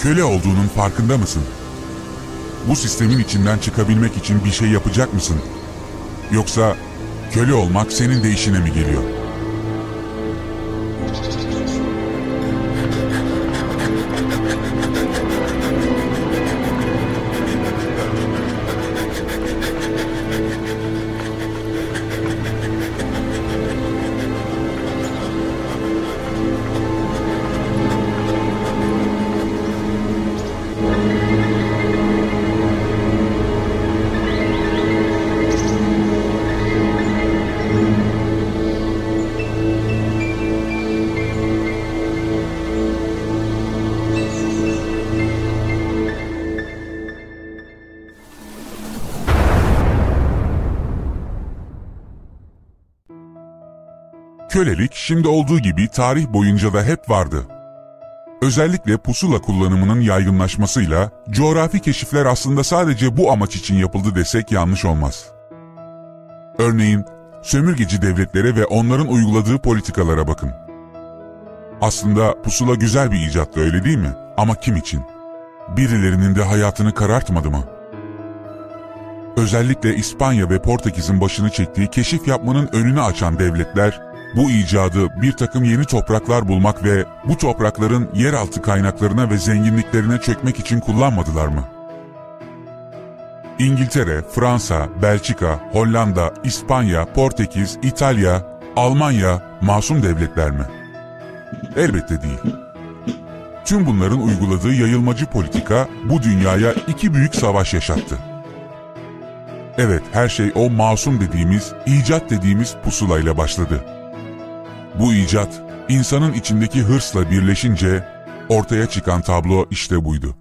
köle olduğunun farkında mısın? Bu sistemin içinden çıkabilmek için bir şey yapacak mısın? Yoksa köle olmak senin de işine mi geliyor? Kölelik şimdi olduğu gibi tarih boyunca da hep vardı. Özellikle pusula kullanımının yaygınlaşmasıyla coğrafi keşifler aslında sadece bu amaç için yapıldı desek yanlış olmaz. Örneğin sömürgeci devletlere ve onların uyguladığı politikalara bakın. Aslında pusula güzel bir icattı, öyle değil mi? Ama kim için? Birilerinin de hayatını karartmadı mı? Özellikle İspanya ve Portekiz'in başını çektiği keşif yapmanın önünü açan devletler, bu icadı bir takım yeni topraklar bulmak ve bu toprakların yeraltı kaynaklarına ve zenginliklerine çökmek için kullanmadılar mı? İngiltere, Fransa, Belçika, Hollanda, İspanya, Portekiz, İtalya, Almanya masum devletler mi? Elbette değil. Tüm bunların uyguladığı yayılmacı politika bu dünyaya iki büyük savaş yaşattı. Evet, her şey o masum dediğimiz, icat dediğimiz pusulayla başladı. Bu icat, insanın içindeki hırsla birleşince ortaya çıkan tablo işte buydu.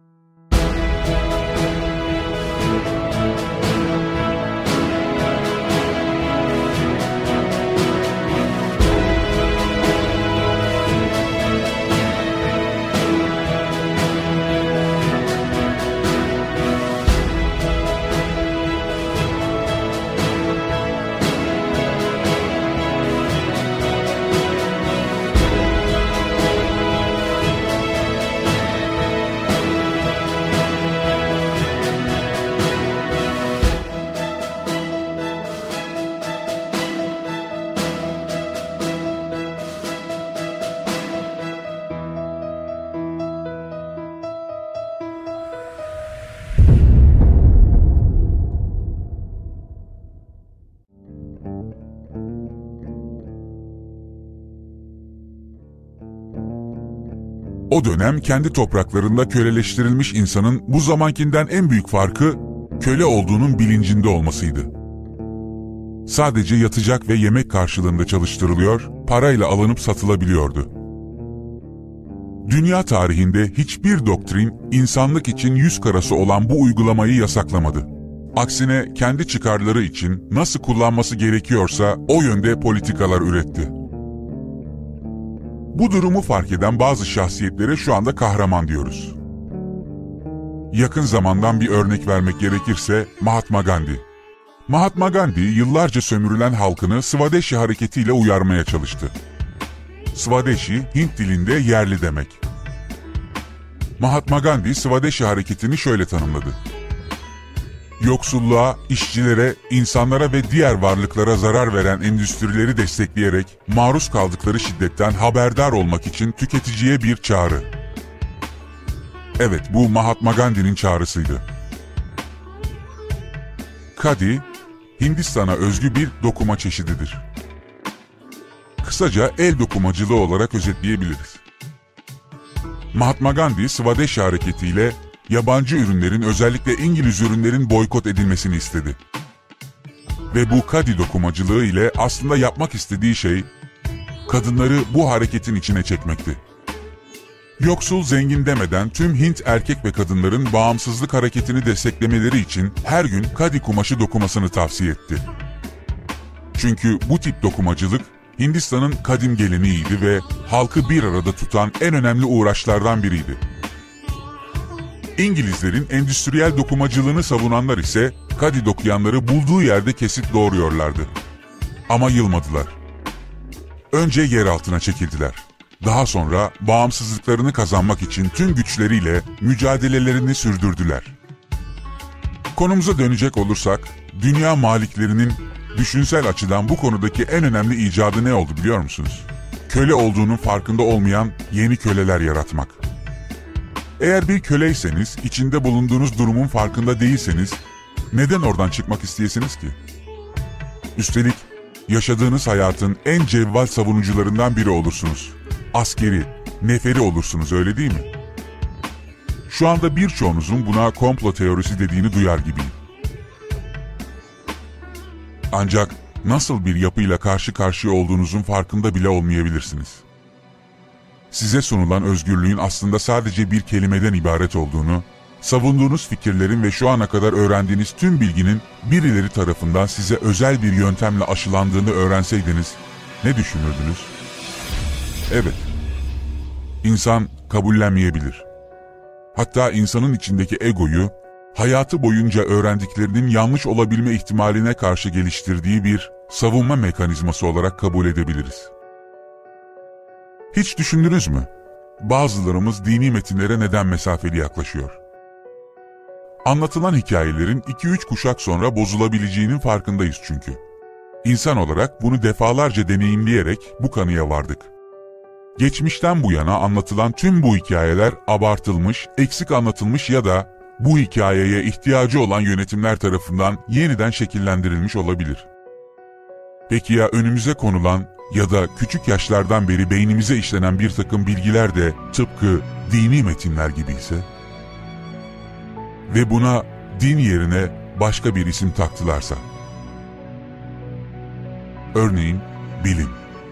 O dönem kendi topraklarında köleleştirilmiş insanın bu zamankinden en büyük farkı köle olduğunun bilincinde olmasıydı. Sadece yatacak ve yemek karşılığında çalıştırılıyor, parayla alınıp satılabiliyordu. Dünya tarihinde hiçbir doktrin insanlık için yüz karası olan bu uygulamayı yasaklamadı. Aksine kendi çıkarları için nasıl kullanması gerekiyorsa o yönde politikalar üretti. Bu durumu fark eden bazı şahsiyetlere şu anda kahraman diyoruz. Yakın zamandan bir örnek vermek gerekirse Mahatma Gandhi. Mahatma Gandhi yıllarca sömürülen halkını Swadeshi hareketiyle uyarmaya çalıştı. Swadeshi, Hint dilinde yerli demek. Mahatma Gandhi Swadeshi hareketini şöyle tanımladı: yoksulluğa, işçilere, insanlara ve diğer varlıklara zarar veren endüstrileri destekleyerek maruz kaldıkları şiddetten haberdar olmak için tüketiciye bir çağrı. Evet, bu Mahatma Gandhi'nin çağrısıydı. Kadi, Hindistan'a özgü bir dokuma çeşididir. Kısaca el dokumacılığı olarak özetleyebiliriz. Mahatma Gandhi, Swadeshi hareketiyle yabancı ürünlerin, özellikle İngiliz ürünlerin boykot edilmesini istedi. Ve bu Kadi dokumacılığı ile aslında yapmak istediği şey, kadınları bu hareketin içine çekmekti. Yoksul zengin demeden tüm Hint erkek ve kadınların bağımsızlık hareketini desteklemeleri için her gün Kadi kumaşı dokumasını tavsiye etti. Çünkü bu tip dokumacılık, Hindistan'ın kadim geleneğiydi ve halkı bir arada tutan en önemli uğraşlardan biriydi. İngilizlerin endüstriyel dokumacılığını savunanlar ise Kadi dokuyanları bulduğu yerde kesip doğruyorlardı. Ama yılmadılar. Önce yer altına çekildiler. Daha sonra bağımsızlıklarını kazanmak için tüm güçleriyle mücadelelerini sürdürdüler. Konumuza dönecek olursak, dünya maliklerinin düşünsel açıdan bu konudaki en önemli icadı ne oldu biliyor musunuz? Köle olduğunun farkında olmayan yeni köleler yaratmak. Eğer bir köleyseniz, içinde bulunduğunuz durumun farkında değilseniz, neden oradan çıkmak isteyesiniz ki? Üstelik, yaşadığınız hayatın en cevval savunucularından biri olursunuz. Askeri, neferi olursunuz, öyle değil mi? Şu anda birçoğunuzun buna komplo teorisi dediğini duyar gibiyim. Ancak nasıl bir yapıyla karşı karşıya olduğunuzun farkında bile olmayabilirsiniz. Size sunulan özgürlüğün aslında sadece bir kelimeden ibaret olduğunu, savunduğunuz fikirlerin ve şu ana kadar öğrendiğiniz tüm bilginin birileri tarafından size özel bir yöntemle aşılandığını öğrenseydiniz, ne düşünürdünüz? Evet, insan kabullenmeyebilir. Hatta insanın içindeki egoyu, hayatı boyunca öğrendiklerinin yanlış olabilme ihtimaline karşı geliştirdiği bir savunma mekanizması olarak kabul edebiliriz. Hiç düşündünüz mü? Bazılarımız dini metinlere neden mesafeli yaklaşıyor? Anlatılan hikayelerin 2-3 kuşak sonra bozulabileceğinin farkındayız çünkü. İnsan olarak bunu defalarca deneyimleyerek bu kanıya vardık. Geçmişten bu yana anlatılan tüm bu hikayeler abartılmış, eksik anlatılmış ya da bu hikayeye ihtiyacı olan yönetimler tarafından yeniden şekillendirilmiş olabilir. Peki ya önümüze konulan ya da küçük yaşlardan beri beynimize işlenen bir takım bilgiler de tıpkı dini metinler gibi ise? Ve buna din yerine başka bir isim taktılarsa? Örneğin bilim.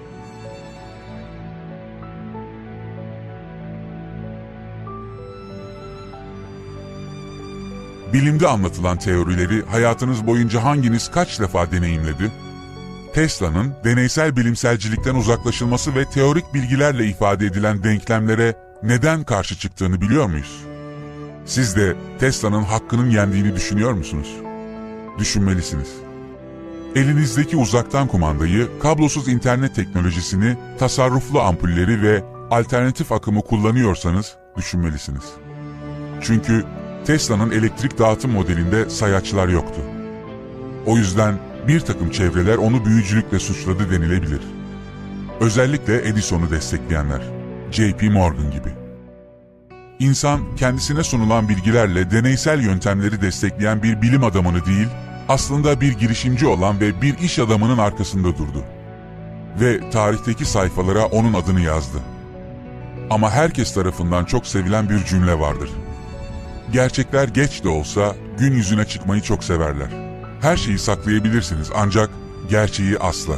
Bilimde anlatılan teorileri hayatınız boyunca hanginiz kaç defa deneyimledi? Tesla'nın deneysel bilimselcilikten uzaklaşılması ve teorik bilgilerle ifade edilen denklemlere neden karşı çıktığını biliyor muyuz? Siz de Tesla'nın hakkının yendiğini düşünüyor musunuz? Düşünmelisiniz. Elinizdeki uzaktan kumandayı, kablosuz internet teknolojisini, tasarruflu ampulleri ve alternatif akımı kullanıyorsanız düşünmelisiniz. Çünkü Tesla'nın elektrik dağıtım modelinde sayaçlar yoktu. O yüzden bir takım çevreler onu büyücülükle suçladı denilebilir. Özellikle Edison'u destekleyenler, J.P. Morgan gibi. İnsan kendisine sunulan bilgilerle deneysel yöntemleri destekleyen bir bilim adamını değil, aslında bir girişimci olan ve bir iş adamının arkasında durdu. Ve tarihteki sayfalara onun adını yazdı. Ama herkes tarafından çok sevilen bir cümle vardır. Gerçekler geç de olsa gün yüzüne çıkmayı çok severler. Her şeyi saklayabilirsiniz ancak gerçeği asla.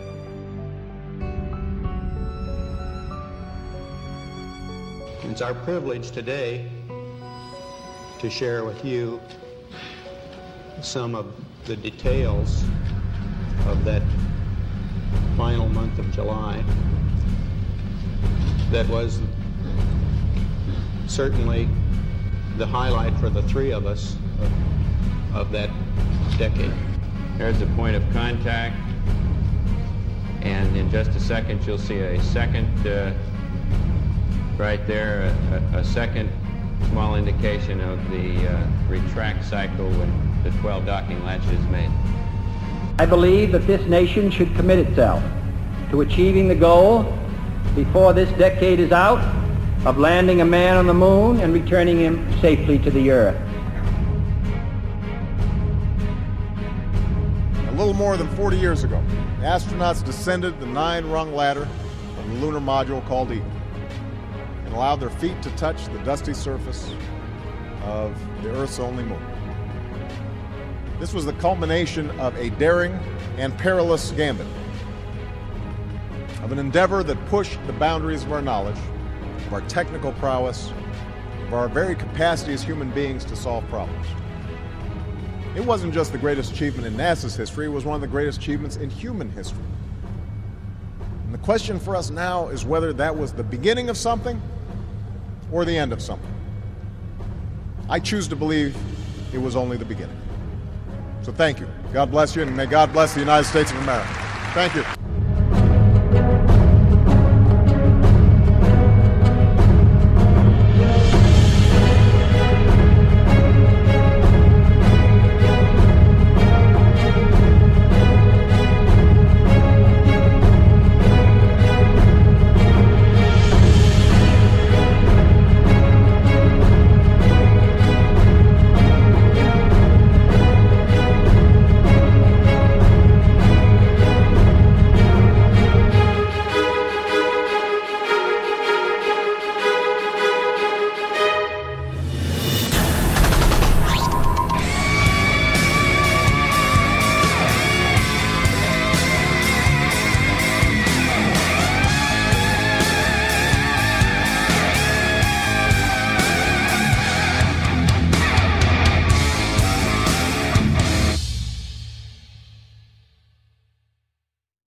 It's our privilege today to share with you some of the details of that final month of July that was certainly the highlight for the three of us of that decade. There's the point of contact, and in just a second you'll see a second right there, a second small indication of the retract cycle when the 12 docking latch is made. I believe that this nation should commit itself to achieving the goal before this decade is out of landing a man on the moon and returning him safely to the earth. A little more than 40 years ago, the astronauts descended the 9-rung ladder of the lunar module called Eden and allowed their feet to touch the dusty surface of the Earth's only moon. This was the culmination of a daring and perilous gambit, of an endeavor that pushed the boundaries of our knowledge, of our technical prowess, of our very capacity as human beings to solve problems. It wasn't just the greatest achievement in NASA's history, it was one of the greatest achievements in human history. And the question for us now is whether that was the beginning of something or the end of something. I choose to believe it was only the beginning. So thank you. God bless you, and may God bless the United States of America. Thank you.